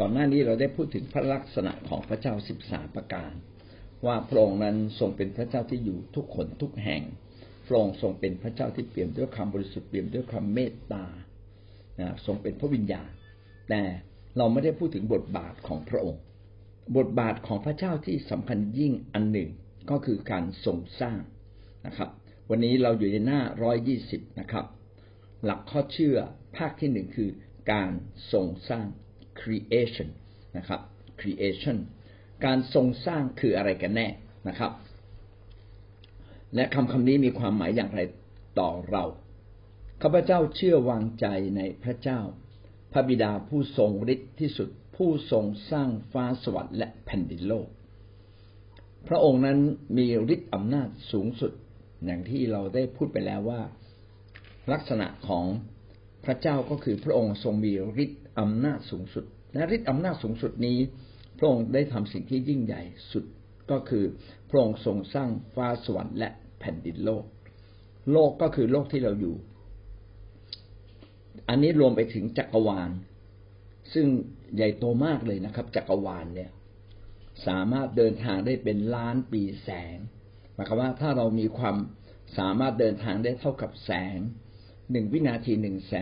ก่อนหน้านี้เราได้พูดถึงพระลักษณะของพระเจ้า13ประการว่าพระองค์นั้นทรงเป็นพระเจ้าที่อยู่ทุกคนทุกแห่งพระองค์ทรงเป็นพระเจ้าที่เปี่ยมด้วยความบริสุทธิ์เปี่ยมด้วยความเมตตาทรงเป็นพระวิญญาณแต่เราไม่ได้พูดถึงบทบาทของพระองค์บทบาทของพระเจ้าที่สำคัญยิ่งอันหนึ่งก็คือการทรงสร้างนะครับวันนี้เราอยู่ในหน้า120นะครับหลักข้อเชื่อภาคที่1คือการทรงสร้าง creation นะครับ creation การทรงสร้างคืออะไรกันแน่นะครับและคำนี้มีความหมายอย่างไรต่อเราข้าพเจ้าเชื่อวางใจในพระเจ้าพระบิดาผู้ทรงฤทธิ์ที่สุดผู้ทรงสร้างฟ้าสวรรค์และแผ่นดินโลกพระองค์นั้นมีฤทธิ์อำนาจสูงสุดอย่างที่เราได้พูดไปแล้วว่าลักษณะของพระเจ้าก็คือพระองค์ทรงมีฤทธิ์อำนาจสูงสุดและฤทธิ์อำนาจสูงสุดนี้พระองค์ได้ทำสิ่งที่ยิ่งใหญ่สุดก็คือพระองค์ทรงสร้างฟ้าสวรรค์และแผ่นดินโลกโลกก็คือโลกที่เราอยู่อันนี้รวมไปถึงจักรวาลซึ่งใหญ่โตมากเลยนะครับจักรวาลเนี่ยสามารถเดินทางได้เป็นล้านปีแสงหมายความว่าถ้าเรามีความสามารถเดินทางได้เท่ากับแสง1 วินาที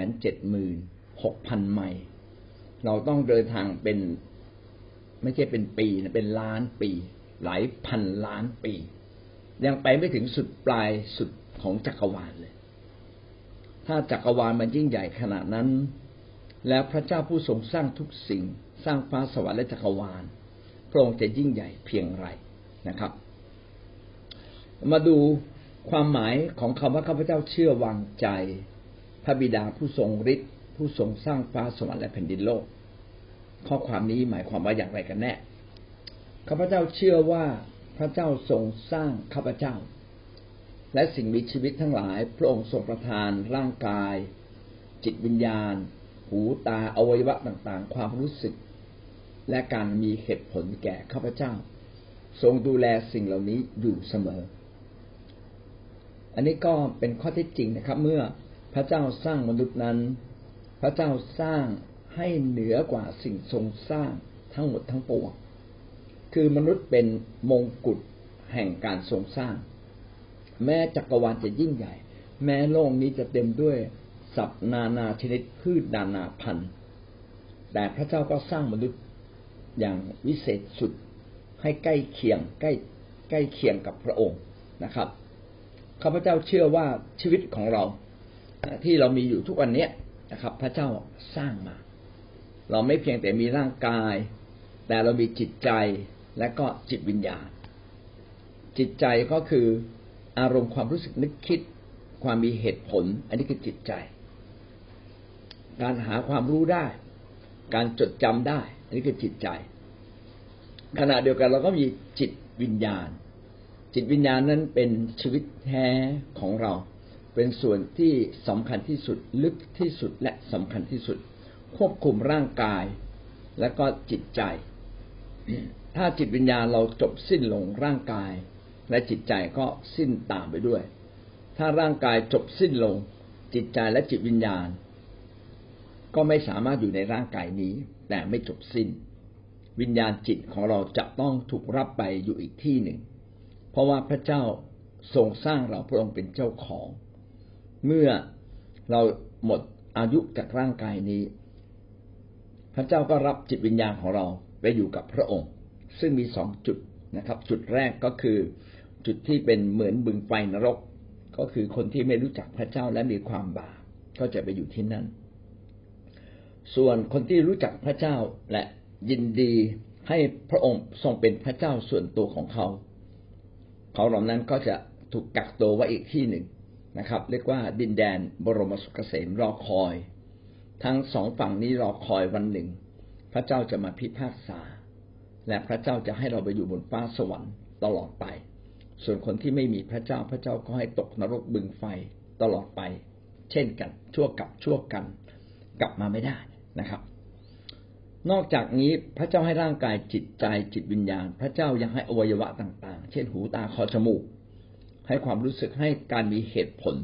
176,000 ไมล์เราต้องเดินทางเป็นไม่ใช่เป็นปีนะเป็นล้านปีหลายพันล้านปียังไปไม่ถึงสุดปลายสุดของจักรวาลเลยถ้าจักรวาลมันยิ่งใหญ่ขนาดนั้นแล้วพระเจ้าผู้ทรงสร้างทุกสิ่งสร้างฟ้าสวรรค์และจักรวาลพระองค์จะยิ่งใหญ่เพียงไรนะครับมาดูความหมายของคำว่าข้าพเจ้าเชื่อวางใจพระบิดาผู้ทรงฤทธิ์ผู้ทรงสร้างฟ้าสวรรค์และแผ่นดินโลกข้อความนี้หมายความว่าอย่างไรกันแน่ข้าพเจ้าเชื่อว่าพระเจ้าทรงสร้างข้าพเจ้าและสิ่งมีชีวิตทั้งหลายพระองค์ทรงประทานร่างกายจิตวิญญาณหูตาอวัยวะต่างๆความรู้สึกและการมีเหตุผลแก่ข้าพเจ้าทรงดูแลสิ่งเหล่านี้อยู่เสมออันนี้ก็เป็นข้อเท็จจริงนะครับเมื่อพระเจ้าสร้างมนุษย์นั้นพระเจ้าสร้างให้เหนือกว่าสิ่งทรงสร้างทั้งหมดทั้งปวงคือมนุษย์เป็นมงกุฎแห่งการทรงสร้างแม้จักรวาลจะยิ่งใหญ่แม้โลกนี้จะเต็มด้วยสัตว์นานาชนิดพืชนานาพันธุ์แต่พระเจ้าก็สร้างมนุษย์อย่างวิเศษสุดให้ใกล้เคียงกับพระองค์นะครับข้าพเจ้าเชื่อว่าชีวิตของเราที่เรามีอยู่ทุกวันนี้นะครับพระเจ้าสร้างมาเราไม่เพียงแต่มีร่างกายแต่เรามีจิตใจและก็จิตวิญญาณจิตใจก็คืออารมณ์ความรู้สึกนึกคิดความมีเหตุผลอันนี้คือจิตใจการหาความรู้ได้การจดจำได้อันนี้คือจิตใจขณะเดียวกันเราก็มีจิตวิญญาณจิตวิญญาณนั้นเป็นชีวิตแท้ของเราเป็นส่วนที่สำคัญที่สุดลึกที่สุดและสำคัญที่สุดควบคุมร่างกายและก็จิตใจถ้าจิตวิญญาณเราจบสิ้นลงร่างกายและจิตใจก็สิ้นตามไปด้วยถ้าร่างกายจบสิ้นลงจิตใจและจิตวิญญาณก็ไม่สามารถอยู่ในร่างกายนี้แต่ไม่จบสิ้นวิญญาณจิตของเราจะต้องถูกรับไปอยู่อีกที่หนึ่งเพราะว่าพระเจ้าทรงสร้างเราพระองค์เป็นเจ้าของเมื่อเราหมดอายุจากร่างกายนี้พระเจ้าก็รับจิตวิญญาณของเราไปอยู่กับพระองค์ซึ่งมี2จุดนะครับจุดแรกก็คือจุดที่เป็นเหมือนบึงไฟนรกก็คือคนที่ไม่รู้จักพระเจ้าและมีความบาปก็จะไปอยู่ที่นั่นส่วนคนที่รู้จักพระเจ้าและยินดีให้พระองค์ทรงเป็นพระเจ้าส่วนตัวของเขาเหล่านั้นก็จะถูกกักตัวไว้อีกที่หนึ่งนะครับเรียกว่าดินแดนบรมสุขเกษมรอคอยทั้งสองฝั่งนี้รอคอยวันหนึ่งพระเจ้าจะมาพิพากษาและพระเจ้าจะให้เราไปอยู่บนฟ้าสวรรค์ตลอดไปส่วนคนที่ไม่มีพระเจ้าพระเจ้าก็ให้ตกนรกบึงไฟตลอดไปเช่นกันชั่วกับชั่วกันกลับมาไม่ได้นะครับนอกจากนี้พระเจ้าให้ร่างกายจิตใจจิตวิญญาณพระเจ้ายังให้อวัยวะต่างๆเช่นหูตาคอจมูกให้ความรู้สึกให้การมีเหตุผล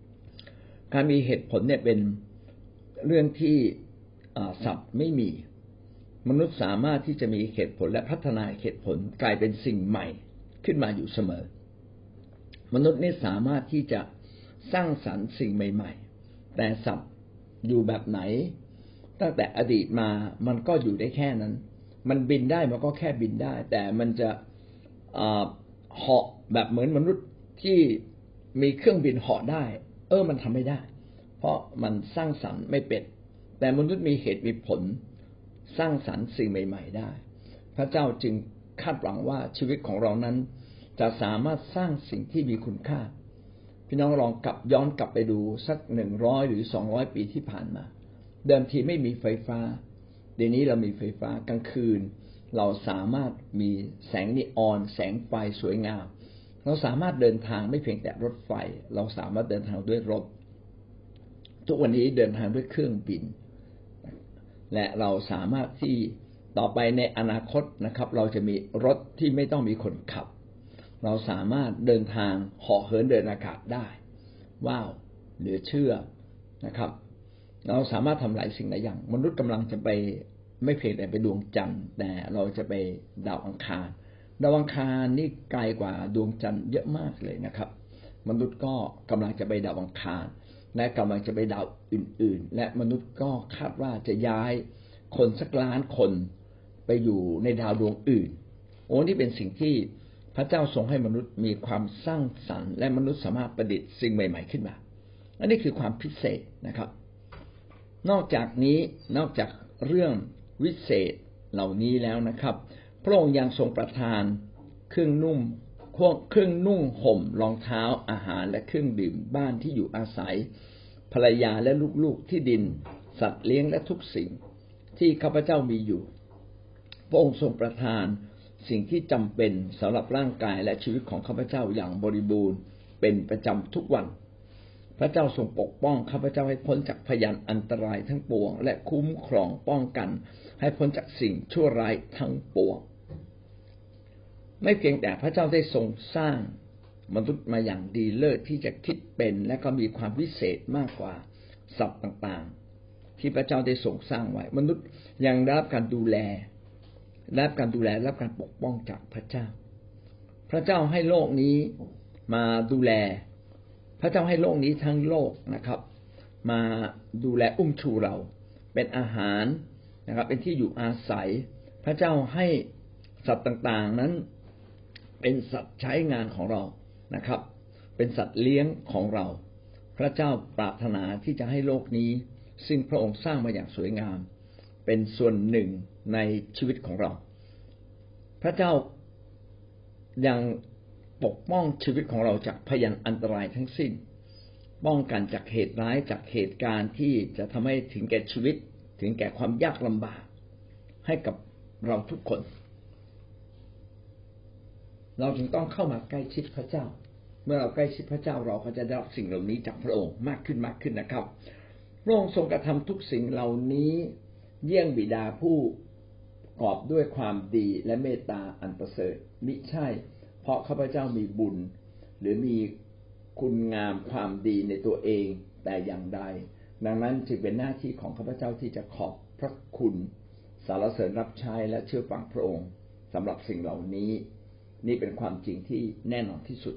เนี่ยเป็นเรื่องที่สัตว์ไม่มีมนุษย์สามารถที่จะมีเหตุผลและพัฒนาเหตุผลกลายเป็นสิ่งใหม่ขึ้นมาอยู่เสมอมนุษย์นี่สามารถที่จะสร้างสรรค์สิ่งใหม่ๆแต่สัตว์อยู่แบบไหนตั้งแต่อดีตมามันก็อยู่ได้แค่นั้นมันบินได้มันก็แค่บินได้แต่มันจะเหาะแบบเหมือนมนุษย์ที่มีเครื่องบินเหาะได้มันทำไม่ได้เพราะมันสร้างสรรค์ไม่เป็นแต่มนุษย์มีเหตุมีผลสร้างสรรค์สิ่งใหม่ๆได้พระเจ้าจึงคาดหวังว่าชีวิตของเรานั้นจะสามารถสร้างสิ่งที่มีคุณค่าพี่น้องลองย้อนกลับไปดูสัก100หรือ200ปีที่ผ่านมาเดิมทีไม่มีไฟฟ้าเดี๋ยวนี้เรามีไฟฟ้ากลางคืนเราสามารถมีแสงนีออนแสงไฟสวยงามเราสามารถเดินทางไม่เพียงแต่รถไฟเราสามารถเดินทางด้วยรถทุกวันนี้เดินทางด้วยเครื่องบินและเราสามารถที่ต่อไปในอนาคตนะครับเราจะมีรถที่ไม่ต้องมีคนขับเราสามารถเดินทางเหาะเหินเดินอากาศได้ว้าวเหลือเชื่อนะครับเราสามารถทำหลายสิ่งหลายอย่างมนุษย์กำลังจะไปไม่เพียงแต่ไปดวงจันทร์แต่เราจะไปดาวอังคารดาวอังคารนี่ไกลกว่าดวงจันทร์เยอะมากเลยนะครับมนุษย์ก็กำลังจะไปดาวอังคารและกำลังจะไปดาวอื่นๆและมนุษย์ก็คาดว่าจะย้ายคนสักล้านคนไปอยู่ในดาวดวงอื่นนี่เป็นสิ่งที่พระเจ้าทรงให้มนุษย์มีความสร้างสรรค์และมนุษย์สามารถประดิษฐ์สิ่งใหม่ๆขึ้นมาอันนี้คือความพิเศษนะครับนอกจากเรื่องวิเศษเหล่านี้แล้วนะครับพระองค์ยังทรงประทานเครื่องนุ่งห่มรองเท้าอาหารและเครื่องดื่มบ้านที่อยู่อาศัยภรรยาและลูกๆที่ดินสัตว์เลี้ยงและทุกสิ่งที่ข้าพเจ้ามีอยู่พระองค์ทรงประทานสิ่งที่จำเป็นสำหรับร่างกายและชีวิตของข้าพเจ้าอย่างบริบูรณ์เป็นประจำทุกวันพระเจ้าทรงปกป้องข้าพเจ้าให้พ้นจากพยันอันตรายทั้งปวงและคุ้มครองป้องกันให้พ้นจากสิ่งชั่วร้ายทั้งปวงไม่เพียงแต่พระเจ้าได้ทรงสร้างมนุษย์มาอย่างดีเลิศที่จะคิดเป็นและก็มีความพิเศษมากกว่าสัตว์ต่างๆที่พระเจ้าได้ทรงสร้างไว้มนุษย์ยังได้รับการดูแลรับการปกป้องจากพระเจ้าพระเจ้าให้โลกนี้มาดูแลพระเจ้าให้โลกนี้ทั้งโลกนะครับมาดูแลอุ้มชูเราเป็นอาหารนะครับเป็นที่อยู่อาศัยพระเจ้าให้สัตว์ต่างๆนั้นเป็นสัตว์ใช้งานของเรานะครับเป็นสัตว์เลี้ยงของเราพระเจ้าปรารถนาที่จะให้โลกนี้ซึ่งพระองค์สร้างมาอย่างสวยงามเป็นส่วนหนึ่งในชีวิตของเราพระเจ้ายังปกป้องชีวิตของเราจากพยันอันตรายทั้งสิ้นป้องกันจากเหตุร้ายจากเหตุการณ์ที่จะทำให้ถึงแก่ชีวิตถึงแก่ความยากลำบากให้กับเราทุกคนเราจึงต้องเข้ามาใกล้ชิดพระเจ้าเมื่อเราใกล้ชิดพระเจ้าเราก็จะได้รับสิ่งเหล่านี้จากพระองค์มากขึ้นนะครับพระองค์ทรงกระทำทุกสิ่งเหล่านี้เยี่ยงบิดาผู้ประกอบด้วยความดีและเมตตาอันประเสริฐมิใช่เพราะข้าพเจ้ามีบุญหรือมีคุณงามความดีในตัวเองแต่อย่างใดดังนั้นจึงเป็นหน้าที่ของข้าพเจ้าที่จะขอบพระคุณสรรเสริญรับใช้และเชื่อฟังพระองค์สำหรับสิ่งเหล่านี้นี่เป็นความจริงที่แน่นอนที่สุด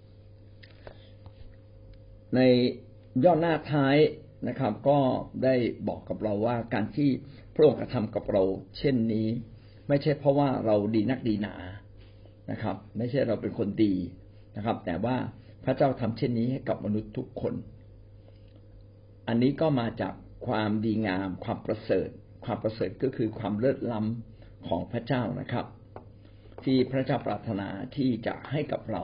ในย่อหน้าท้ายนะครับก็ได้บอกกับเราว่าการที่พระองค์กระทำกับเราเช่นนี้ไม่ใช่เพราะว่าเราดีนักดีหนานะครับไม่ใช่เราเป็นคนดีนะครับแต่ว่าพระเจ้าทำเช่นนี้ให้กับมนุษย์ทุกคนอันนี้ก็มาจากความดีงามความประเสริฐก็คือความเลิศล้ำของพระเจ้านะครับที่พระเจ้าปรารถนาที่จะให้กับเรา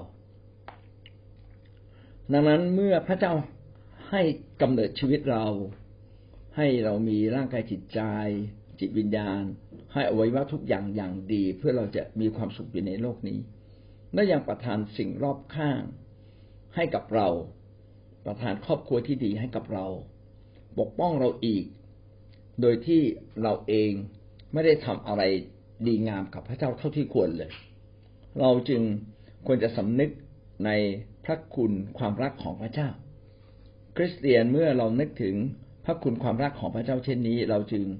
ดังนั้นเมื่อพระเจ้าให้กำเนิดชีวิตเราให้เรามีร่างกายจิตใจจิตวิญญาณให้อวัยวะทุกอย่างอย่างดีเพื่อเราจะมีความสุขอยู่ในโลกนี้และยังประทานสิ่งรอบข้างให้กับเราประทานครอบครัวที่ดีให้กับเราปกป้องเราอีกโดยที่เราเองไม่ได้ทำอะไรดีงามกับพระเจ้าเท่าที่ควรเลยเราจึงควรจะสำนึกในพระคุณความรักของพระเจ้าคริสเตียนเมื่อเรานึกถึงพระคุณความรักของพระเจ้าเช่นนี้เราจึง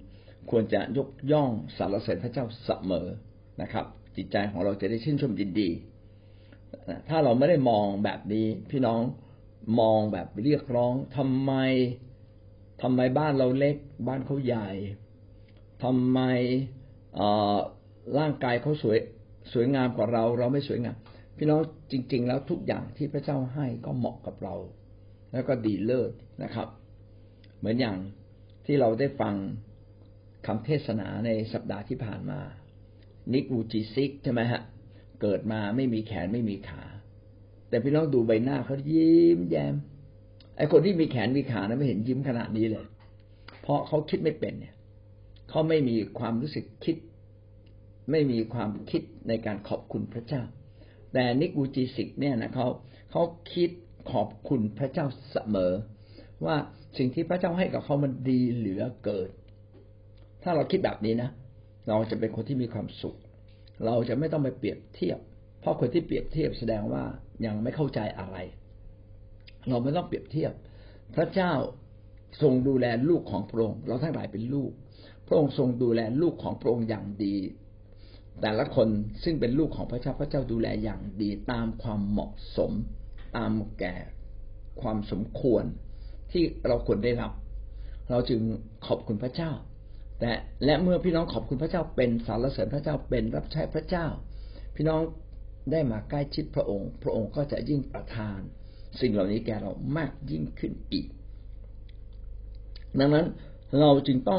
ควรจะยกย่องสรรเสริญพระเจ้าเสมอนะครับจิตใจของเราจะได้ชื่นชมยินดีถ้าเราไม่ได้มองแบบนี้พี่น้องมองแบบเรียกร้องทำไมบ้านเราเล็กบ้านเขาใหญ่ทำไมร่างกายเขาสวยงามกว่าเราไม่สวยงามพี่น้องจริงๆแล้วทุกอย่างที่พระเจ้าให้ก็เหมาะกับเราแล้วก็ดีเลิศนะครับเหมือนอย่างที่เราได้ฟังคำเทศนาในสัปดาห์ที่ผ่านมานิกวูจิซิกใช่ไหมฮะเกิดมาไม่มีแขนไม่มีขาแต่พี่น้องดูใบหน้าเขายิ้มแย้มไอ้คนที่มีแขนมีขานะไม่เห็นยิ้มขนาดนี้เลยเพราะเขาคิดไม่เป็นเนี่ยเขาไม่มีความรู้สึกคิดไม่มีความคิดในการขอบคุณพระเจ้าแต่นิกวูจิซิกเนี่ยนะเขาคิดขอบคุณพระเจ้าเสมอว่าสิ่งที่พระเจ้าให้กับเขามันดีเหลือเกินถ้าเราคิดแบบนี้นะเราจะเป็นคนที่มีความสุขเราจะไม่ต้องไปเปรียบเทียบเพราะคนที่เปรียบเทียบแสดงว่ายังไม่เข้าใจอะไรเราไม่ต้องเปรียบเทียบพระเจ้าทรงดูแลลูกของพระองค์เราทั้งหลายเป็นลูกพระองค์ทรงดูแลลูกของพระองค์อย่างดีแต่ละคนซึ่งเป็นลูกของพระเจ้าพระเจ้าดูแลอย่างดีตามความเหมาะสมตามแก่ความสมควรที่เราควรได้รับเราจึงขอบคุณพระเจ้าและเมื่อพี่น้องขอบคุณพระเจ้าเป็นสรรเสริญพระเจ้าเป็นรับใช้พระเจ้าพี่น้องได้มาใกล้ชิดพระองค์พระองค์ก็จะยิ่งประทานสิ่งเหล่านี้แก่เรามากยิ่งขึ้นอีกดังนั้นเราจึงต้อง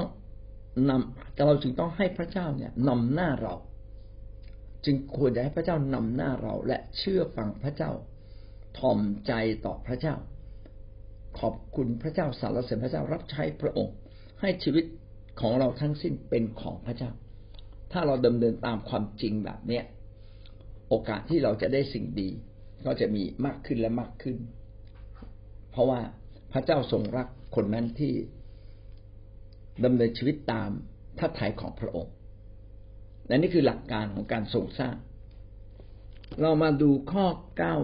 ให้พระเจ้าเนี่ยนำหน้าเราจึงควรจะให้พระเจ้านำหน้าเราและเชื่อฟังพระเจ้าถ่อมใจต่อพระเจ้าขอบคุณพระเจ้าสรรเสริญพระเจ้ารับใช้พระองค์ให้ชีวิตของเราทั้งสิ้นเป็นของพระเจ้าถ้าเราดำเนินตามความจริงแบบเนี้ยโอกาสที่เราจะได้สิ่งดีก็จะมีมากขึ้นและมากขึ้นเพราะว่าพระเจ้าทรงรักคนนั้นที่ดำเนินชีวิตตามพระทัยของพระองค์และนี่คือหลักการของการทรงสร้างเรามาดูข้อ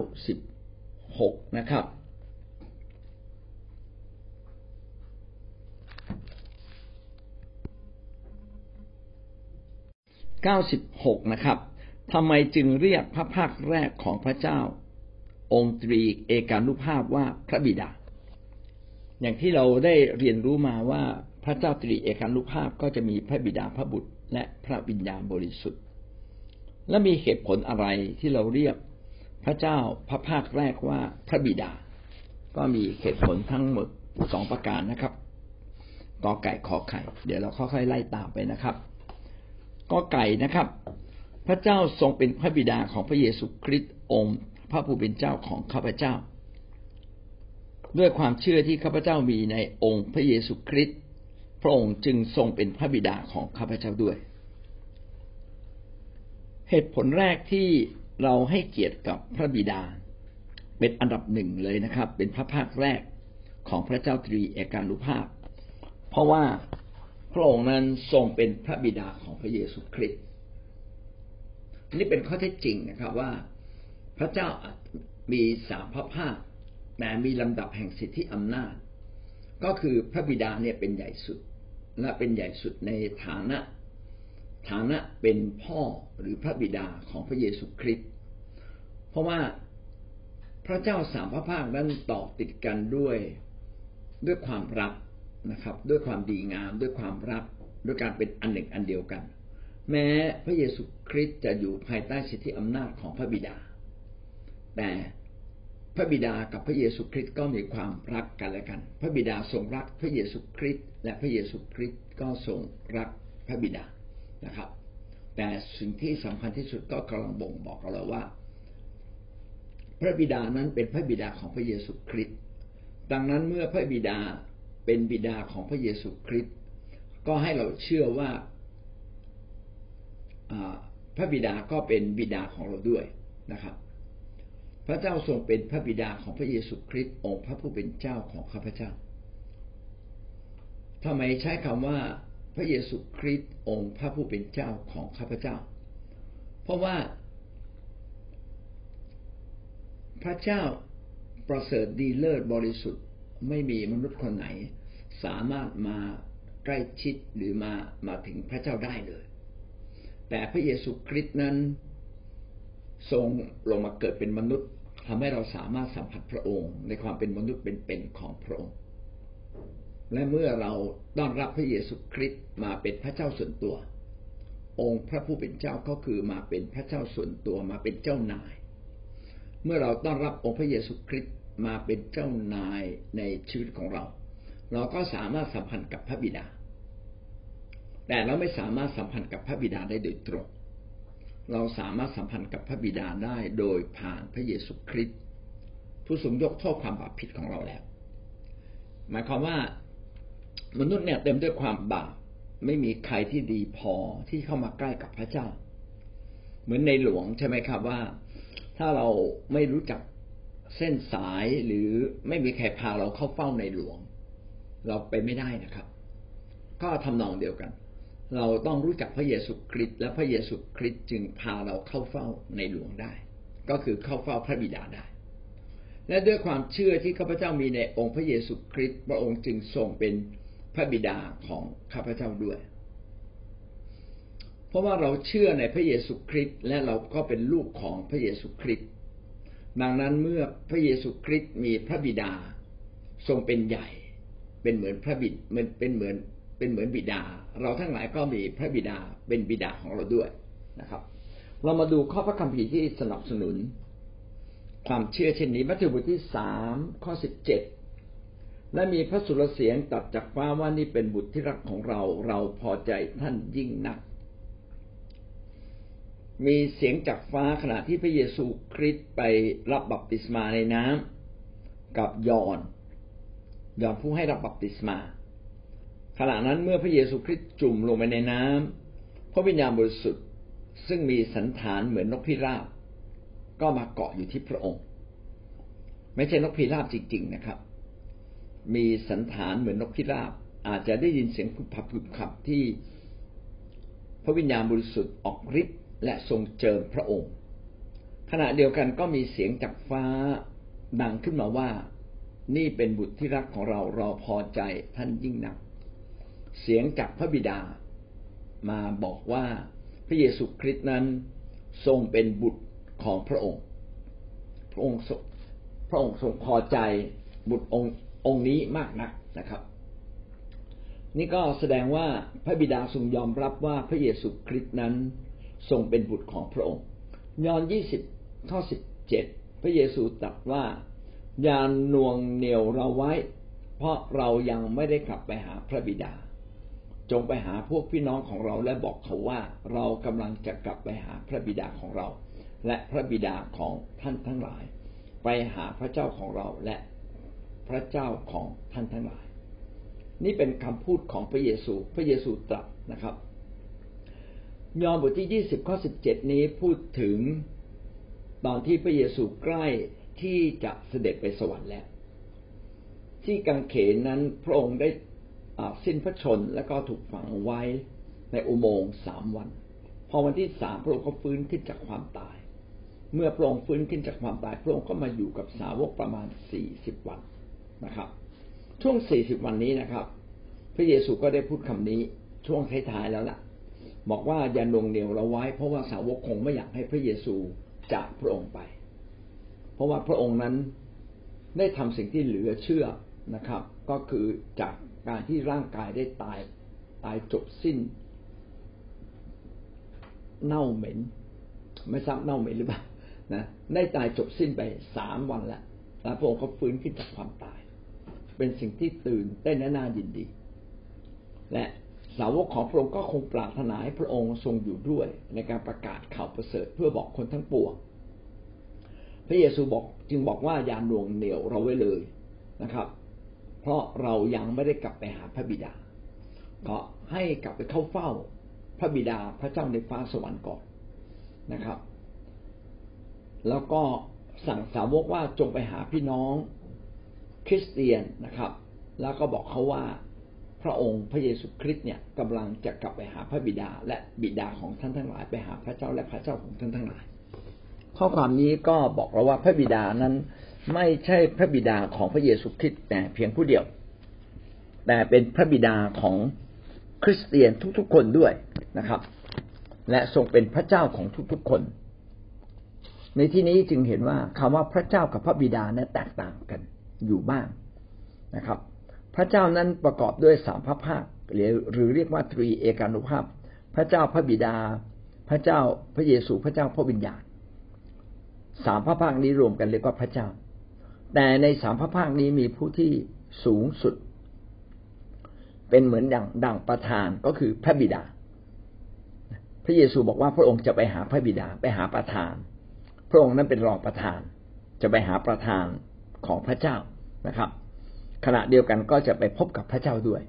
96นะครับ96นะครับทำไมจึงเรียกพระภาคแรกของพระเจ้าองค์ตรีเอกานุภาพว่าพระบิดาอย่างที่เราได้เรียนรู้มาว่าพระเจ้าตรีเอกานุภาพก็จะมีพระบิดาพระบุตรและพระวิญญาณบริสุทธิ์และมีเหตุผลอะไรที่เราเรียกพระเจ้าพระภาคแรกว่าพระบิดาก็มีเหตุผลทั้งหมด2ประการนะครับกอไก่ขอไข่เดี๋ยวเราค่อยๆไล่ตามไปนะครับกอไก่นะครับพระเจ้าทรงเป็นพระบิดาของพระเยซูคริสต์องค์พระผู้เป็นเจ้าของข้าพเจ้าด้วยความเชื่อที่ข้าพเจ้ามีในองค์พระเยซูคริสต์พระองค์จึงทรงเป็นพระบิดาของข้าพเจ้าด้วยเหตุผลแรกที่เราให้เกียรติกับพระบิดาเป็นอันดับหนึ่งเลยนะครับเป็นพระภาคแรกของพระเจ้าตรีเอกานุภาพเพราะว่าพระองค์นั้นทรงเป็นพระบิดาของพระเยซูคริสต์นี่เป็นข้อเท็จจริงนะครับว่าพระเจ้ามี3พระภาคแต่มีลำดับแห่งสิทธิอำนาจก็คือพระบิดาเนี่ยเป็นใหญ่สุดและเป็นใหญ่สุดในฐานะเป็นพ่อหรือพระบิดาของพระเยซูคริสต์เพราะว่าพระเจ้า3พระภาคนั้นต่อติดกันด้วยความรักนะครับด้วยความดีงามด้วยความรักด้วยการเป็นอันหนึ่งอันเดียวกันแม้พระเยซูคริสต์จะอยู่ภายใต้สิทธิอำนาจของพระบิดาแต่พระบิดากับพระเยซูคริสต์ก็มีความรักกันและกันพระบิดาทรงรักพระเยซูคริสต์และพระเยซูคริสต์ก็ทรงรักพระบิดานะครับแต่สิ่งที่สำคัญที่สุดก็กำลังบ่งบอกเราว่าพระบิดานั้นเป็นพระบิดาของพระเยซูคริสต์ดังนั้นเมื่อพระบิดาเป็นบิดาของพระเยซูคริสต์ก็ให้เราเชื่อว่าพระบิดาก็เป็นบิดาของเราด้วยนะครับพระเจ้าทรงเป็นพระบิดาของพระเยซูคริสต์องค์พระผู้เป็นเจ้าของข้าพเจ้าทำไมใช้คำว่าพระเยซูคริสต์องค์พระผู้เป็นเจ้าของข้าพเจ้าเพราะว่าพระเจ้าประเสริฐดีเลิศบริสุทธิ์ไม่มีมนุษย์คนไหนสามารถมาใกล้ชิดหรือมาถึงพระเจ้าได้เลยแต่พระเยซูคริสต์นั้นทรงลงมาเกิดเป็นมนุษย์ทำให้เราสามารถสัมผัสพระองค์ในความเป็นมนุษย์เป็นของพระองค์และเมื่อเราต้อนรับพระเยซูคริสต์มาเป็นพระเจ้าส่วนตัวองค์พระผู้เป็นเจ้าก็คือมาเป็นพระเจ้าส่วนตัวมาเป็นเจ้านายเมื่อเราต้อนรับองค์พระเยซูคริสต์มาเป็นเจ้านายในชีวิตของเราเราก็สามารถสัมพันธ์กับพระบิดาแต่เราไม่สามารถสัมพันธ์กับพระบิดาได้โดยตรงเราสามารถสัมพันธ์กับพระบิดาได้โดยผ่านพระเยซูคริสต์ผู้ทรงยกโทษความบาปผิดของเราแล้วหมายความว่ามนุษย์เนี่ยเต็มด้วยความบาปไม่มีใครที่ดีพอที่เข้ามาใกล้กับพระเจ้าเหมือนในหลวงใช่ไหมครับว่าถ้าเราไม่รู้จักเส้นสายหรือไม่มีใครพาเราเข้าเฝ้าในหลวงเราไปไม่ได้นะครับก็ทำนองเดียวกันเราต้องรู้จักพระเยซูคริสต์และพระเยซูคริสต์จึงพาเราเข้าเฝ้าในหลวงได้ก็คือเข้าเฝ้าพระบิดาได้และด้วยความเชื่อที่ข้าพเจ้ามีในองค์พระเยซูคริสต์พระองค์จึงทรงเป็นพระบิดาของข้าพเจ้าด้วยเพราะว่าเราเชื่อในพระเยซูคริสต์และเราก็เป็นลูกของพระเยซูคริสต์ดังนั้นเมื่อพระเยซูคริสต์มีพระบิดาทรงเป็นใหญ่เป็นเหมือนพระบิดเป็นเหมือนบิดาเราทั้งหลายก็มีพระบิดาเป็นบิดาของเราด้วยนะครับเรามาดูข้อพระคัมภีร์ที่สนับสนุนความเชื่อเช่นนี้มัทธิวบทที่3ข้อ17และมีพระสุรเสียงตรัสจากฟ้าว่านี่เป็นบุตรที่รักของเราเราพอใจท่านยิ่งนักมีเสียงจากฟ้าขณะที่พระเยซูคริสต์ไปรับบัพติศมาในน้ำกับยอห์นผู้ให้รับบัพติศมาขณะนั้นเมื่อพระเยซูคริสต์จุ่มลงไปในน้ำพระวิญญาณบริสุทธิ์ซึ่งมีสันฐานเหมือนนกพิราบก็มาเกาะอยู่ที่พระองค์ไม่ใช่นกพิราบจริงๆนะครับมีสันฐานเหมือนนกพิราบอาจจะได้ยินเสียงพึบพับพึบขับที่พระวิญญาณบริสุทธิ์ออกฤทธิ์และทรงเจิมพระองค์ขณะเดียวกันก็มีเสียงจากฟ้าดังขึ้นมาว่านี่เป็นบุตรที่รักของเราเราพอใจท่านยิ่งนักเสียงจากพระบิดามาบอกว่าพระเยซูคริสต์นั้นทรงเป็นบุตรของพระองค์พระองค์ทรงพอใจบุตรองค์นี้มากนักนะครับนี่ก็แสดงว่าพระบิดาทรงยอมรับว่าพระเยซูคริสต์นั้นทรงเป็นบุตรของพระองค์ยอห์น20ข้อ17พระเยซูตรัสว่าอย่าหน่วงเหนี่ยวเราไว้เพราะเรายังไม่ได้กลับไปหาพระบิดาจงไปหาพวกพี่น้องของเราและบอกเขาว่าเรากำลังจะกลับไปหาพระบิดาของเราและพระบิดาของท่านทั้งหลายไปหาพระเจ้าของเราและพระเจ้าของท่านทั้งหลายนี่เป็นคำพูดของพระเยซูตรัสนะครับยอห์นบทที่20ข้อ17นี้พูดถึงตอนที่พระเยซูใกล้ที่จะเสด็จไปสวรรค์แล้วที่กางเขนนั้นพระองค์ได้สิ้นพระชนม์และก็ถูกฝังไว้ในอุโมงค์3วันพอวันที่3พระองค์ก็ฟื้นขึ้นจากความตายเมื่อพระองค์ฟื้นขึ้นจากความตายพระองค์ก็มาอยู่กับสาวกประมาณ40วันนะครับช่วง40วันนี้นะครับพระเยซูก็ได้พูดคำนี้ช่วงท้ายๆแล้วล่ะบอกว่าอย่าหน่วงเหนี่ยวเราไว้เพราะว่าสาวกคงไม่อยากให้พระเยซูจากพระองค์ไปเพราะว่าพระองค์นั้นได้ทำสิ่งที่เหลือเชื่อนะครับก็คือจากการที่ร่างกายได้ตายจบสิ้นเน่าเหม็นไม่ทราบเน่าเหม็นหรือเปล่านะได้ตายจบสิ้นไป3วันแล้วพระองค์ก็ฟื้นขึ้นจากความตายเป็นสิ่งที่ตื่นเต้นและน่ายินดีและสาวกของพระองค์ก็คงปรารถนาให้พระองค์ทรงอยู่ด้วยในการประกาศข่าวประเสริฐเพื่อบอกคนทั้งปวงพระเยซูจึงบอกว่าอย่าหน่วงเหนี่ยวเราไว้เลยนะครับเพราะเรายังไม่ได้กลับไปหาพระบิดาก็ให้กลับไปเข้าเฝ้าพระบิดาพระเจ้าในฟ้าสวรรค์ก่อนนะครับแล้วก็สั่งสาวกว่าจงไปหาพี่น้องคริสเตียนนะครับแล้วก็บอกเขาว่าพระองค์พระเยซูคริสต์เนี่ยกำลังจะกลับไปหาพระบิดาและบิดาของท่านทั้งหลายไปหาพระเจ้าและพระเจ้าของท่านทั้งหลายข้อความนี้ก็บอกเราว่าพระบิดานั้นไม่ใช่พระบิดาของพระเยซูคริสต์แต่เพียงผู้เดียวแต่เป็นพระบิดาของคริสเตียนทุกๆคนด้วยนะครับและทรงเป็นพระเจ้าของทุกๆคนในที่นี้จึงเห็นว่าคำว่าพระเจ้ากับพระบิดานั้นแตกต่างกันอยู่บ้างนะครับพระเจ้านั้นประกอบด้วยสามพระภาคหรือเรียกว่าตรีเอกานุภาพพระเจ้าพระบิดาพระเจ้าพระเยซูพระเจ้าพระวิญญาณสามพระภาคนี้รวมกันเรียกว่าพระเจ้าแต่ในสามพระภาคนี้มีผู้ที่สูงสุดเป็นเหมือนดั่งประธานก็คือพระบิดาพระเยซูบอกว่าพระองค์จะไปหาพระบิดาไปหาประธานพระองค์นั้นเป็นรองประธานจะไปหาประธานของพระเจ้านะครับขณะเดียวกันก็จะไปพบกับพระเจ้าด้วย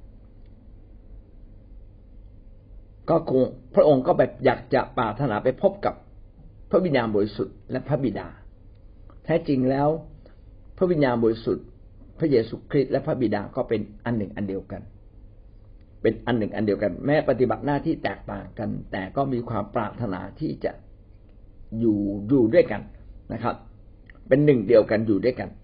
ก็คงพระองค์ก็แบบอยากจะปรารถนาไปพบกับพระวิญญาณบริสุทธิ์และพระบิดาแท้จริงแล้วพระวิญญาณบริสุทธิ์พระเยซูคริสต์และพระบิดาก็เป็นอันหนึ่งอันเดียวกันเป็นอันหนึ่งอันเดียวกันแม้ปฏิบัติหน้าที่แตกต่างกันแต่ก็มีความปรารถนาที่จะอยู่ด้วยกันนะครับเป็นหนึ่งเดียวกันอยู่ด้วยกัน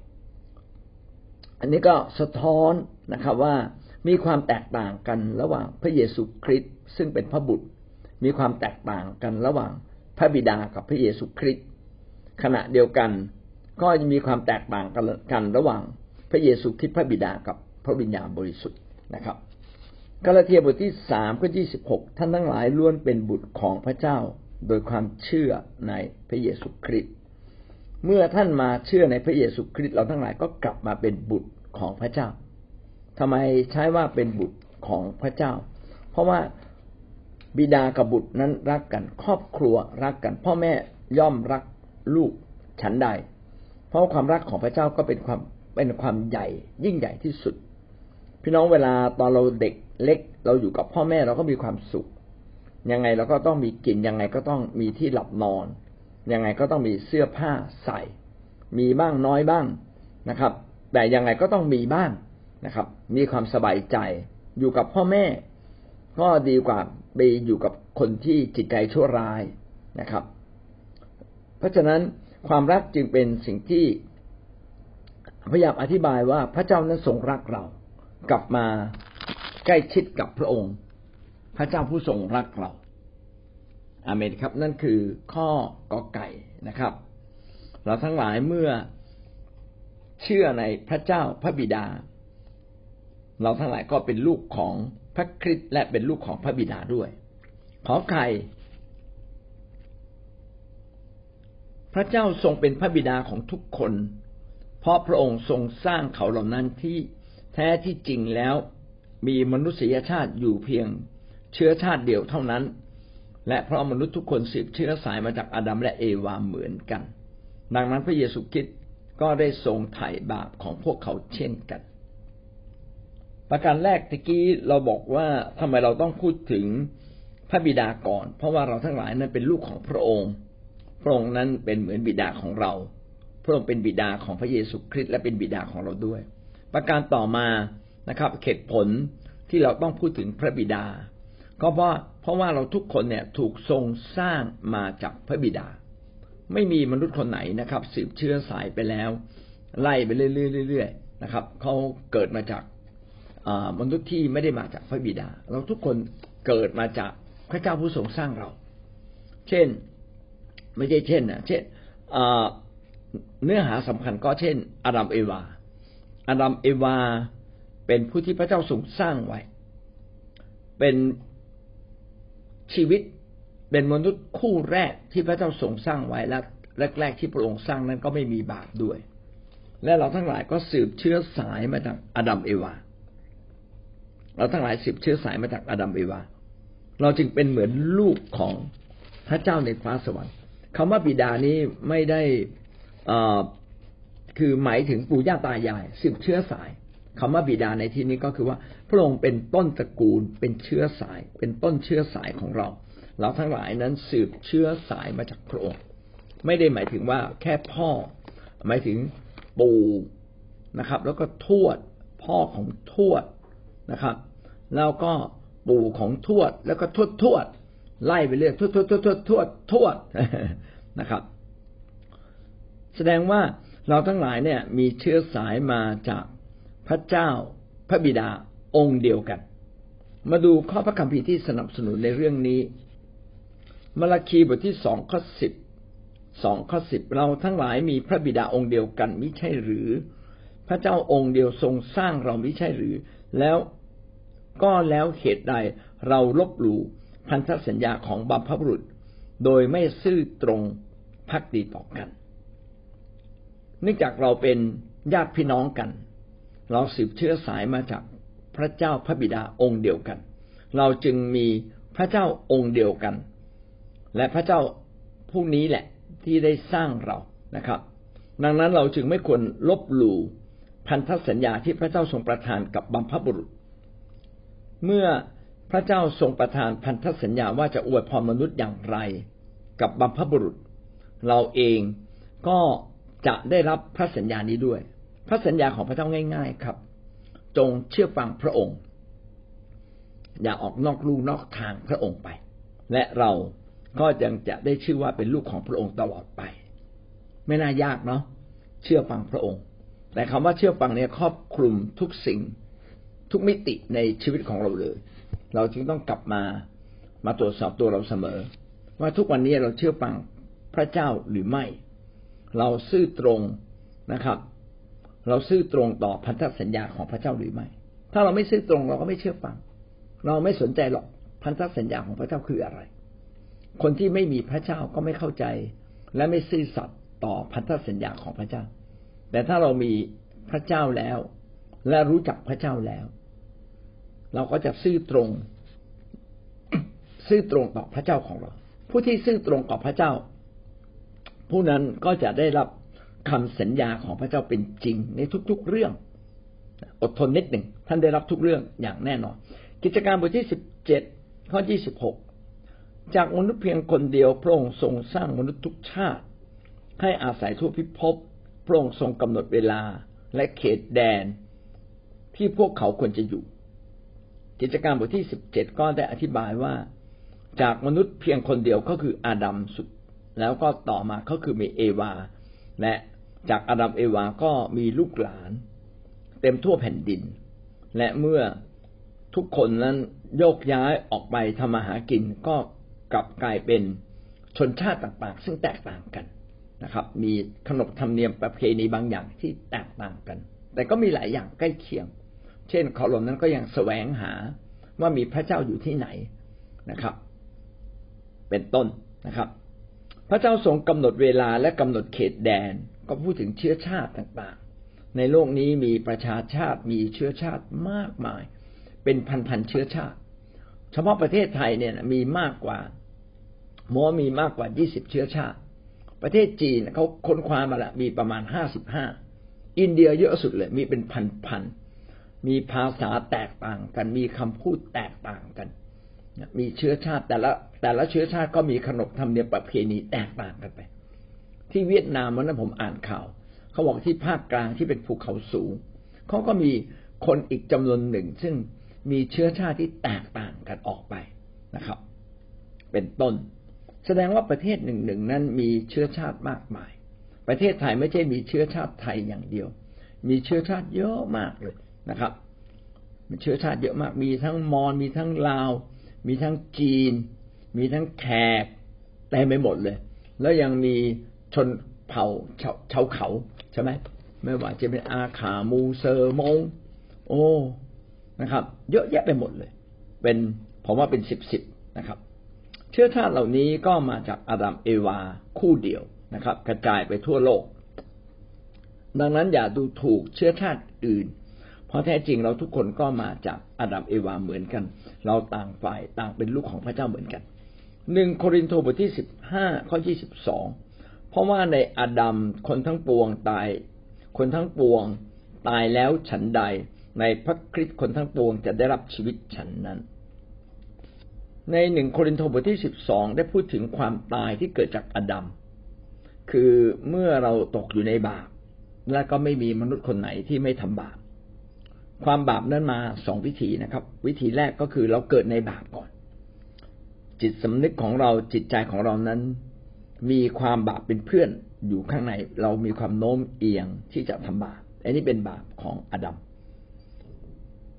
อันนี้ก็สะท้อนนะครับว่ามีความแตกต่างกันระหว่างพระเยซูคริสต์ซึ่งเป็นพระบุตรมีความแตกต่างกันระหว่างพระบิดากับพระเยซูคริสต์ขณะเดียวกันก็จะมีความแตกต่างกันระหว่างพระเยซูคริสต์พระบิดากับพระวิญญาณบริสุทธิ์นะครับกาลาเทียบทที่3ข้อ26ท่านทั้งหลายล้วนเป็นบุตรของพระเจ้าโดยความเชื่อในพระเยซูคริสต์เมื่อท่านมาเชื่อในพระเยซูคริสต์เราทั้งหลายก็กลับมาเป็นบุตรของพระเจ้าทำไมใช้ว่าเป็นบุตรของพระเจ้าเพราะว่าบิดากับบุตรนั้นรักกันครอบครัวรักกันพ่อแม่ย่อมรักลูกฉันใดเพราะความรักของพระเจ้าก็เป็นความใหญ่ยิ่งใหญ่ที่สุดพี่น้องเวลาตอนเราเด็กเล็กเราอยู่กับพ่อแม่เราก็มีความสุขยังไงเราก็ต้องมีกินยังไงก็ต้องมีที่หลับนอนยังไงก็ต้องมีเสื้อผ้าใส่มีบ้างน้อยบ้างนะครับแต่ยังไงก็ต้องมีบ้างนะครับมีความสบายใจอยู่กับพ่อแม่ก็ดีกว่าไปอยู่กับคนที่จิตใจชั่วร้ายนะครับเพราะฉะนั้นความรักจึงเป็นสิ่งที่พยายามอธิบายว่าพระเจ้านั้นทรงรักเรากลับมาใกล้ชิดกับพระองค์พระเจ้าผู้ทรงรักเราอาเมนครับนั่นคือข้อกอไก่นะครับเราทั้งหลายเมื่อเชื่อในพระเจ้าพระบิดาเราทั้งหลายก็เป็นลูกของพระคริสต์และเป็นลูกของพระบิดาด้วยขอไข่พระเจ้าทรงเป็นพระบิดาของทุกคนเพราะพระองค์ทรงสร้างเขาเหล่านั้นที่แท้ที่จริงแล้วมีมนุษยชาติอยู่เพียงเชื้อชาติเดียวเท่านั้นและเพราะมนุษย์ทุกคนสืบเชื้อสายมาจากอาดัมและเอวาเหมือนกันดังนั้นพระเยซูคริสต์ก็ได้ทรงไถ่บาปของพวกเขาเช่นกันประการแรกตะกี้เราบอกว่าทำไมเราต้องพูดถึงพระบิดาก่อนเพราะว่าเราทั้งหลายนั้นเป็นลูกของพระองค์พระองค์นั้นเป็นเหมือนบิดาของเราพระองค์เป็นบิดาของพระเยซูคริสต์และเป็นบิดาของเราด้วยประการต่อมานะครับเหตุผลที่เราต้องพูดถึงพระบิดาก็เพราะว่าเราทุกคนเนี่ยถูกทรงสร้างมาจากพระบิดาไม่มีมนุษย์คนไหนนะครับสืบเชื้อสายไปแล้วไล่ไปเรื่อยๆนะครับเขาเกิดมาจากมนุษย์ที่ไม่ได้มาจากพระบิดาเราทุกคนเกิดมาจากพระเจ้าผู้ทรงสร้างเราเช่นไม่ใช่เช่นนะเช่นเนื้อหาสำคัญก็เช่นอาดัมเอวาเป็นผู้ที่พระเจ้าทรงสร้างไว้เป็นชีวิตเป็นมนุษย์คู่แรกที่พระเจ้าทรงสร้างไว้และแรกๆที่พระองค์สร้างนั้นก็ไม่มีบาปด้วยและเราทั้งหลายก็สืบเชื้อสายมาจากอาดัมเอวาเราทั้งหลายสืบเชื้อสายมาจากอาดัมเอวาเราจึงเป็นเหมือนลูกของพระเจ้าในฟ้าสวรรค์คำว่าบิดานี้ไม่ได้คือหมายถึงปู่ย่าตายายสืบเชื้อสายคำว่าบิดาในที่นี้ก็คือว่าพระองค์เป็นต้นตระกูลเป็นเชื้อสายเป็นต้นเชื้อสายของเราทั้งหลายนั้นสืบเชื้อสายมาจากพระองค์ไม่ได้หมายถึงว่าแค่พ่อหมายถึงปู่นะครับแล้วก็ทวดพ่อของทวดนะครับแล้วก็ปู่ของทวดแล้วก็ทวดไล่ไปเรื่อยทวดนะครับแสดงว่าเราทั้งหลายเนี่ยมีเชื้อสายมาจากพระเจ้าพระบิดาองค์เดียวกันมาดูข้อพระคัมภีร์ที่สนับสนุนในเรื่องนี้มาราคีบทที่2ข้อ10เราทั้งหลายมีพระบิดาองค์เดียวกันมิใช่หรือพระเจ้าองค์เดียวทรงสร้างเรามิใช่หรือแล้วเหตุใดเราลบหลู่พันธสัญญาของบรรพบุรุษโดยไม่ซื่อตรงภักดีต่อกันเนื่องจากเราเป็นญาติพี่น้องกันเราสืบเชื้อสายมาจากพระเจ้าพระบิดาองค์เดียวกันเราจึงมีพระเจ้าองค์เดียวกันและพระเจ้าผู้นี้แหละที่ได้สร้างเรานะครับดังนั้นเราจึงไม่ควรลบหลู่พันธสัญญาที่พระเจ้าทรงประทานกับบรรพบุรุษเมื่อพระเจ้าทรงประทานพันธสัญญาว่าจะอวยพรมนุษย์อย่างไรกับบรรพบุรุษเราเองก็จะได้รับพระสัญญานี้ด้วยพระสัญญาของพระเจ้าง่ายๆครับจงเชื่อฟังพระองค์อย่าออกนอกลู่นอกทางพระองค์ไปและเราก็ยังจะได้ชื่อว่าเป็นลูกของพระองค์ตลอดไปไม่น่ายากเนาะเชื่อฟังพระองค์แต่คำว่าเชื่อฟังเนี่ยครอบคลุมทุกสิ่งทุกมิติในชีวิตของเราเลยเราจึงต้องกลับมาตรวจสอบตัวเราเสมอว่าทุกวันนี้เราเชื่อฟังพระเจ้าหรือไม่เราซื่อตรงนะครับเราซื่อตรงต่อพันธสัญญาของพระเจ้าหรือไม่ถ้าเราไม่ซื่อตรงเราก็ไม่เชื่อฟังเราไม่สนใจหรอกพันธสัญญาของพระเจ้าคืออะไรคนที่ไม่มีพระเจ้าก็ไม่เข้าใจและไม่ซื่อสัตย์ต่อพันธสัญญาของพระเจ้าแต่ถ้าเรามีพระเจ้าแล้วและรู้จักพระเจ้าแล้วเราก็จะซื่อตรงต่อพระเจ้าของเราผู้ที่ซื่อตรงต่อพระเจ้าผู้นั้นก็จะได้รับคำสัญญาของพระเจ้าเป็นจริงในทุกๆเรื่องอดทนนิดหนึ่งท่านได้รับทุกเรื่องอย่างแน่นอนกิจการบทที่17ข้อ26จากมนุษย์เพียงคนเดียวพระองค์ทรงสร้างมนุษย์ทุกชาติให้อาศัยทั่วพิภพพระองค์ทรงกำหนดเวลาและเขตแดนที่พวกเขาควรจะอยู่กิจการบทที่17ก็ได้อธิบายว่าจากมนุษย์เพียงคนเดียวก็คืออาดัมสุดแล้วก็ต่อมาก็คือมีเอวาและจากอาดัมเอวาก็มีลูกหลานเต็มทั่วแผ่นดินและเมื่อทุกคนนั้นโยกย้ายออกไปทำมาหากินก็กลับกลายเป็นชนชาติต่างๆซึ่งแตกต่างกันนะครับมีขนบธรรมเนียมประเพณีบางอย่างที่แตกต่างกันแต่ก็มีหลายอย่างใกล้เคียงเช่นเขาเหล่านั้นก็ยังแสวงหาว่ามีพระเจ้าอยู่ที่ไหนนะครับเป็นต้นนะครับพระเจ้าทรงกำหนดเวลาและกำหนดเขตแดนก็พูดถึงเชื้อชาติต่างๆในโลกนี้มีประชาชาติมีเชื้อชาติมากมายเป็นพันๆเชื้อชาติเฉพาะประเทศไทยเนี่ยมีมากกว่า20เชื้อชาติประเทศจีนเขาค้นคว้ามาแล้วมีประมาณ55อินเดียเยอะสุดเลยมีเป็นพันๆมีภาษาแตกต่างกันมีคำพูดแตกต่างกันมีเชื้อชาติแต่ละเชื้อชาติก็มีขนบธรรมเนียมประเพณีแตกต่างกันไปที่เวียดนามวันนั้นผมอ่านข่าวเขาบอกที่ภาคกลางที่เป็นภูเขาสูงเขาก็มีคนอีกจำนวนหนึ่งซึ่งมีเชื้อชาติที่แตกต่างกันออกไปนะครับเป็นต้นแสดงว่าประเทศหนึ่งนั้นมีเชื้อชาติมากมายประเทศไทยไม่ใช่มีเชื้อชาติไทยอย่างเดียวมีเชื้อชาติเยอะมากเลยนะครับมีเชื้อชาติเยอะมากมีทั้งมอญมีทั้งลาวมีทั้งจีนมีทั้งแขกเต็มไปหมดเลยแล้วยังมีชนเผ่าชาวเขาใช่ไหมไม่ว่าจะเป็นอาขามูเซอร์มงโอ้นะครับเยอะแยะไปหมดเลยเป็นผมว่าเป็น10นะครับเชื้อชาติเหล่านี้ก็มาจากอาดัมเอวาคู่เดียวนะครับกระจายไปทั่วโลกดังนั้นอย่าดูถูกเชื้อชาติอื่นเพราะแท้จริงเราทุกคนก็มาจากอาดัมเอวาเหมือนกันเราต่างฝ่ายต่างเป็นลูกของพระเจ้าเหมือนกัน1โครินธ์บทที่15ข้อ22เพราะว่าในอาดัมคนทั้งปวงตายแล้วฉันใดในพระคริสต์คนทั้งปวงจะได้รับชีวิตฉันนั้นใน1โครินธ์บทที่12ได้พูดถึงความตายที่เกิดจากอาดัมคือเมื่อเราตกอยู่ในบาปและก็ไม่มีมนุษย์คนไหนที่ไม่ทำบาปความบาปนั้นมา2วิธีนะครับวิธีแรกก็คือเราเกิดในบาปก่อนจิตสำนึกของเราจิตใจของเรานั้นมีความบาปเป็นเพื่อนอยู่ข้างในเรามีความโน้มเอียงที่จะทำบาปอันนี้เป็นบาปของอาดัม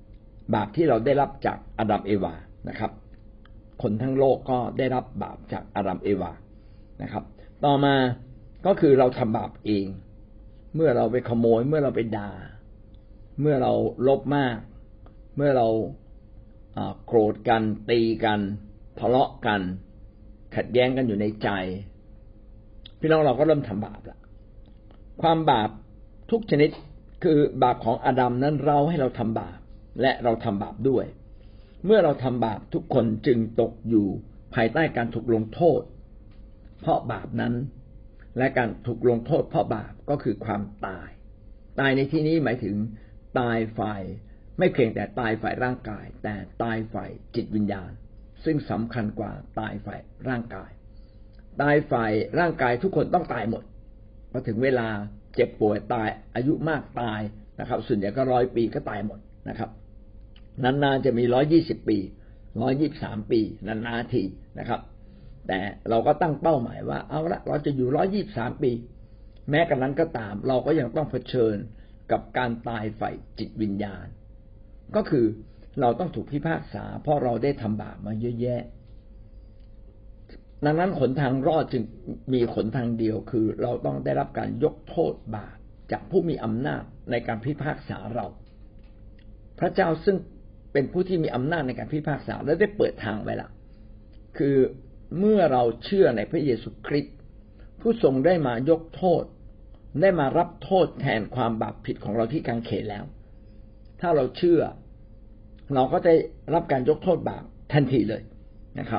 บาปที่เราได้รับจากอาดัมเอวานะครับคนทั้งโลกก็ได้รับบาปจากอาดัมเอวานะครับต่อมาก็คือเราทำบาปเองเมื่อเราไปขโมยเมื่อเราไปด่าเมื่อเราลบมากเมื่อเราโกรธกันตีกันทะเลาะกันขัดแย้งกันอยู่ในใจพี่น้องเราก็เริ่มทำบาปละความบาปทุกชนิดคือบาปของอาดัมนั้นเราให้เราทำบาปและเราทำบาปด้วยเมื่อเราทำบาปทุกคนจึงตกอยู่ภายใต้การถูกลงโทษเพราะบาปนั้นและการถูกลงโทษเพราะบาปก็คือความตายในที่นี้หมายถึงตายฝ่ายไม่เพียงแต่ตายฝ่ายร่างกายแต่ตายฝ่ายจิตวิญญาณซึ่งสำคัญกว่าตายฝ่ายร่างกายตายฝ่ายร่างกายทุกคนต้องตายหมดพอถึงเวลาเจ็บป่วยตายอายุมากตายนะครับส่วนใหญ่ก็100 ปีก็ตายหมดนะครับนานๆจะมี120 ปี123 ปีนานๆทีนะครับแต่เราก็ตั้งเป้าหมายว่าเอาละเราจะอยู่123 ปีแม้กระนั้นก็ตามเราก็ยังต้องเผชิญกับการตายฝ่ายจิตวิญญาณก็คือเราต้องถูกพิพากษาเพราะเราได้ทำบาปมาเยอะแยะดังนั้นหนทางรอดจึงมีหนทางเดียวคือเราต้องได้รับการยกโทษบาปจากผู้มีอำนาจในการพิพากษาเราพระเจ้าซึ่งเป็นผู้ที่มีอำนาจในการพิพากษาและได้เปิดทางไว้แล้วคือเมื่อเราเชื่อในพระเยซูคริสต์ผู้ทรงได้มายกโทษได้มารับโทษแทนความบาปผิดของเราที่กางเขนแล้วถ้าเราเชื่อเราก็ได้รับการยกโทษบาปทันทีเลยนะครับ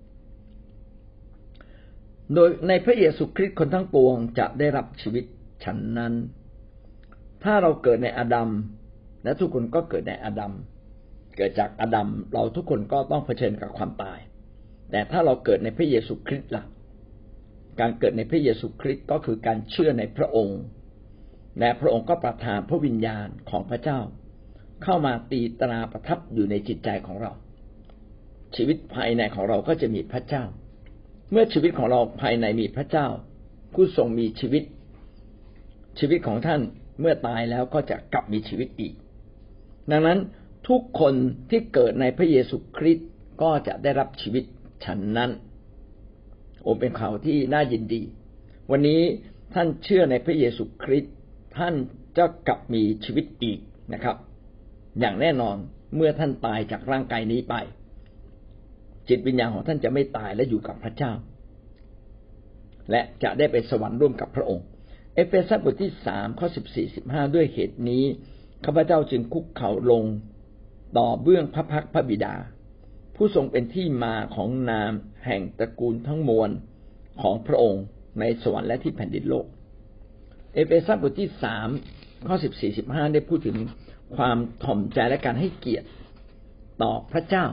โดยในพระเยซูคริสต์คนทั้งปวงจะได้รับชีวิตฉันนั้นถ้าเราเกิดในอาดัมและทุกคนก็เกิดในอาดัมเกิดจากอาดัมเราทุกคนก็ต้องเผชิญกับความตายแต่ถ้าเราเกิดในพระเยซูคริสต์ล่ะการเกิดในพระเยซูคริสต์ก็คือการเชื่อในพระองค์และพระองค์ก็ประทานพระวิญญาณของพระเจ้าเข้ามาตีตราประทับอยู่ในจิตใจของเราชีวิตภายในของเราก็จะมีพระเจ้าเมื่อชีวิตของเราภายในมีพระเจ้าผู้ทรงมีชีวิตของท่านเมื่อตายแล้วก็จะกลับมีชีวิตอีกดังนั้นทุกคนที่เกิดในพระเยซูคริสต์ก็จะได้รับชีวิตฉันนั้นเป็นข่าวที่น่ายินดีวันนี้ท่านเชื่อในพระเยซูคริสต์ท่านจะกลับมีชีวิตอีกนะครับอย่างแน่นอนเมื่อท่านตายจากร่างกายนี้ไปจิตวิญญาณของท่านจะไม่ตายและอยู่กับพระเจ้าและจะได้ไปสวรรค์ร่วมกับพระองค์เอเฟซัสบทที่3ข้อ 14-15ด้วยเหตุนี้ข้าพเจ้าจึงคุกเข่าลงต่อเบื้องพระพักพระบิดาผู้ทรงเป็นที่มาของนามแห่งตระกูลทั้งมวลของพระองค์ในสวรรค์และที่แผ่นดินโลกเอเฟซัสบทที่3ข้อ 14-15ได้พูดถึงความถ่อมใจและการให้เกียรติต่อพระเจ้า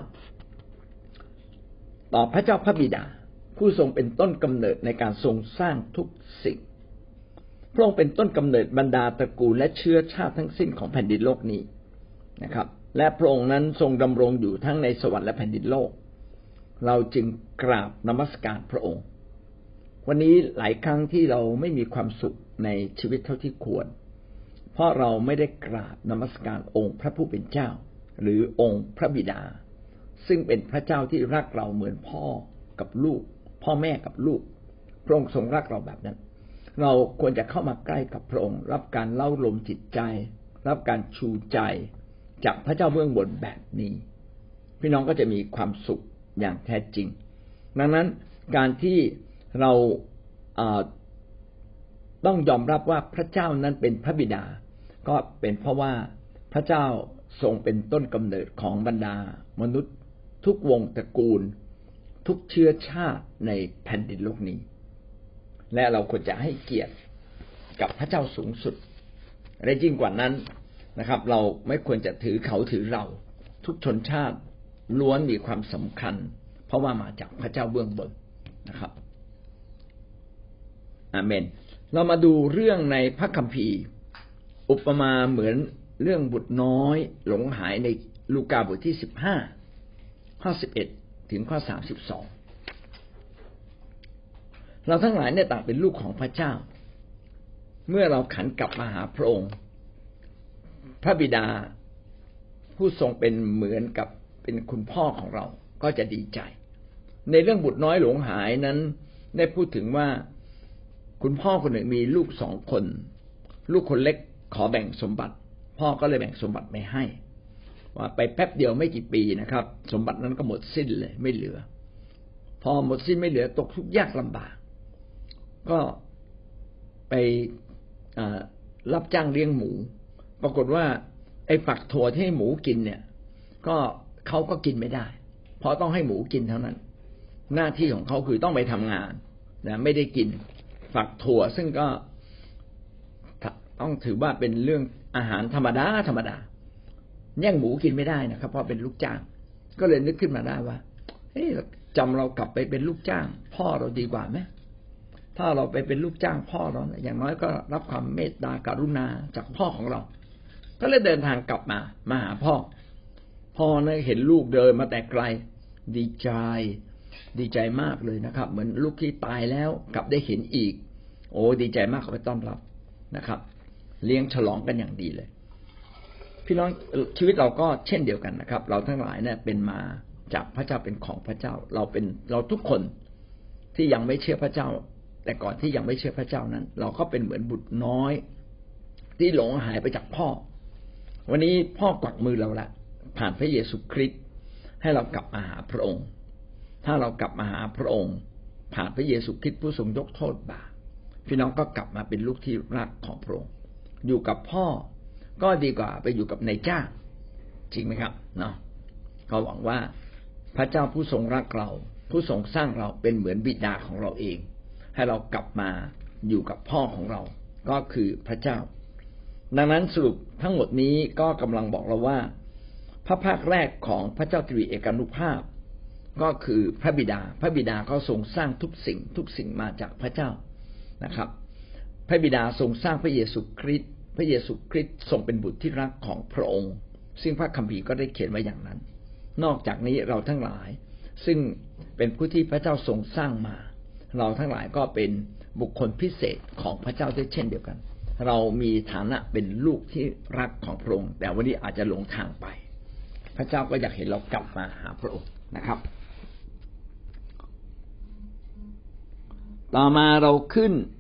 พระบิดาผู้ทรงเป็นต้นกำเนิดในการทรงสร้างทุกสิ่งพระองค์เป็นต้นกำเนิดบรรดาตระกูลและเชื้อชาติทั้งสิ้นของแผ่นดินโลกนี้นะครับและพระองค์นั้นทรงดำรงอยู่ทั้งในสวรรค์และแผ่นดินโลกเราจึงกราบนมัสการพระองค์วันนี้หลายครั้งที่เราไม่มีความสุขในชีวิตเท่าที่ควรเพราะเราไม่ได้กราบนมัสการองค์พระผู้เป็นเจ้าหรือองค์พระบิดาซึ่งเป็นพระเจ้าที่รักเราเหมือนพ่อกับลูกพ่อแม่กับลูกพระองค์ทรงรักเราแบบนั้นเราควรจะเข้ามาใกล้กับพระองค์รับการเล่าลมจิตใจรับการชูใจจากพระเจ้าเบื้องบนแบบนี้พี่น้องก็จะมีความสุขอย่างแท้จริงดังนั้นการที่เราต้องยอมรับว่าพระเจ้านั้นเป็นพระบิดาก็เป็นเพราะว่าพระเจ้าทรงเป็นต้นกำเนิดของบรรดามนุษย์ทุกวงตระกูลทุกเชื้อชาติในแผ่นดินโลกนี้และเราควรจะให้เกียรติกับพระเจ้าสูงสุดและยิ่งกว่านั้นนะครับเราไม่ควรจะถือเขาถือเราทุกชนชาติล้วนมีความสำคัญเพราะว่ามาจากพระเจ้าเบื้องบนนะครับอาเมนเรามาดูเรื่องในพระคัมภีร์อุปมาเหมือนเรื่องบุตรน้อยหลงหายในลูกาบทที่15ข้อ11ถึงข้อ32เราทั้งหลายเนี่ยต่างเป็นลูกของพระเจ้าเมื่อเราขันกลับมาหาพระองค์พระบิดาผู้ทรงเป็นเหมือนกับเป็นคุณพ่อของเราก็จะดีใจในเรื่องบุตรน้อยหลงหายนั้นได้พูดถึงว่าคุณพ่อคนหนึ่งมีลูก2 คนลูกคนเล็กขอแบ่งสมบัติพ่อก็เลยแบ่งสมบัติไม่ให้ว่าไปแป๊บเดียวไม่กี่ปีนะครับสมบัตินั้นก็หมดสิ้นเลยไม่เหลือพอหมดสิ้นไม่เหลือตกทุกข์ยากลำบากก็ไปรับจ้างเลี้ยงหมูปรากฏว่าไอ้ฝักถั่วที่ให้หมูกินเนี่ยก็เขาก็กินไม่ได้เพราะต้องให้หมูกินเท่านั้นหน้าที่ของเขาคือต้องไปทำงานนะไม่ได้กินฝักถั่วซึ่งก็ต้องถือว่าเป็นเรื่องอาหารธรรมดาแย่งหมูกินไม่ได้นะครับเพราะเป็นลูกจ้างก็เลยนึกขึ้นมาได้ว่าจำเรากลับไปเป็นลูกจ้างพ่อเราดีกว่าไหมถ้าเราไปเป็นลูกจ้างพ่อเราอย่างน้อยก็รับความเมตตากรุณาจากพ่อของเราก็เลยเดินทางกลับมาหาพ่อเนี่ยเห็นลูกเดินมาแต่ไกลดีใจมากเลยนะครับเหมือนลูกที่ตายแล้วกลับได้เห็นอีกโอ้ดีใจมากไปต้อนรับนะครับเลี้ยงฉลองกันอย่างดีเลยพี่น้องชีวิตเราก็เช่นเดียวกันนะครับเราทั้งหลายเนี่ยเป็นมาจากพระเจ้าเป็นของพระเจ้าเราทุกคนที่ยังไม่เชื่อพระเจ้าแต่ก่อนที่ยังไม่เชื่อพระเจ้านั้นเราก็เป็นเหมือนบุตรน้อยที่หลงหายไปจากพ่อวันนี้พ่อกวักมือเราละผ่านพระเยซูคริสต์ให้เรากลับมาหาพระองค์ถ้าเรากลับมาหาพระองค์ผ่านพระเยซูคริสต์ผู้ทรงยกโทษบาปพี่น้องก็กลับมาเป็นลูกที่รักของพระองค์อยู่กับพ่อก็ดีกว่าไปอยู่กับนายจ้างจริงไหมครับเนาะก็หวังว่าพระเจ้าผู้ทรงรักเราผู้ทรงสร้างเราเป็นเหมือนบิดาของเราเองให้เรากลับมาอยู่กับพ่อของเราก็คือพระเจ้าดังนั้นสรุปทั้งหมดนี้ก็กำลังบอกเราว่าพระภาคแรกของพระเจ้าตรีเอกานุภาพก็คือพระบิดาก็ทรงสร้างทุกสิ่งมาจากพระเจ้านะครับพระบิดาทรงสร้างพระเยซูคริสต์พระเยซูคริสต์ทรงเป็นบุตรที่รักของพระองค์ซึ่งพระคัมภีร์ก็ได้เขียนไว้อย่างนั้นนอกจากนี้เราทั้งหลายซึ่งเป็นผู้ที่พระเจ้าทรงสร้างมาเราทั้งหลายก็เป็นบุคคลพิเศษของพระเจ้าด้วยเช่นเดียวกันเรามีฐานะเป็นลูกที่รักของพระองค์แต่วันนี้อาจจะหลงทางไปพระเจ้าก็อยากเห็นเรากลับมาหาพระองค์นะครับต่อมาเราขึ้น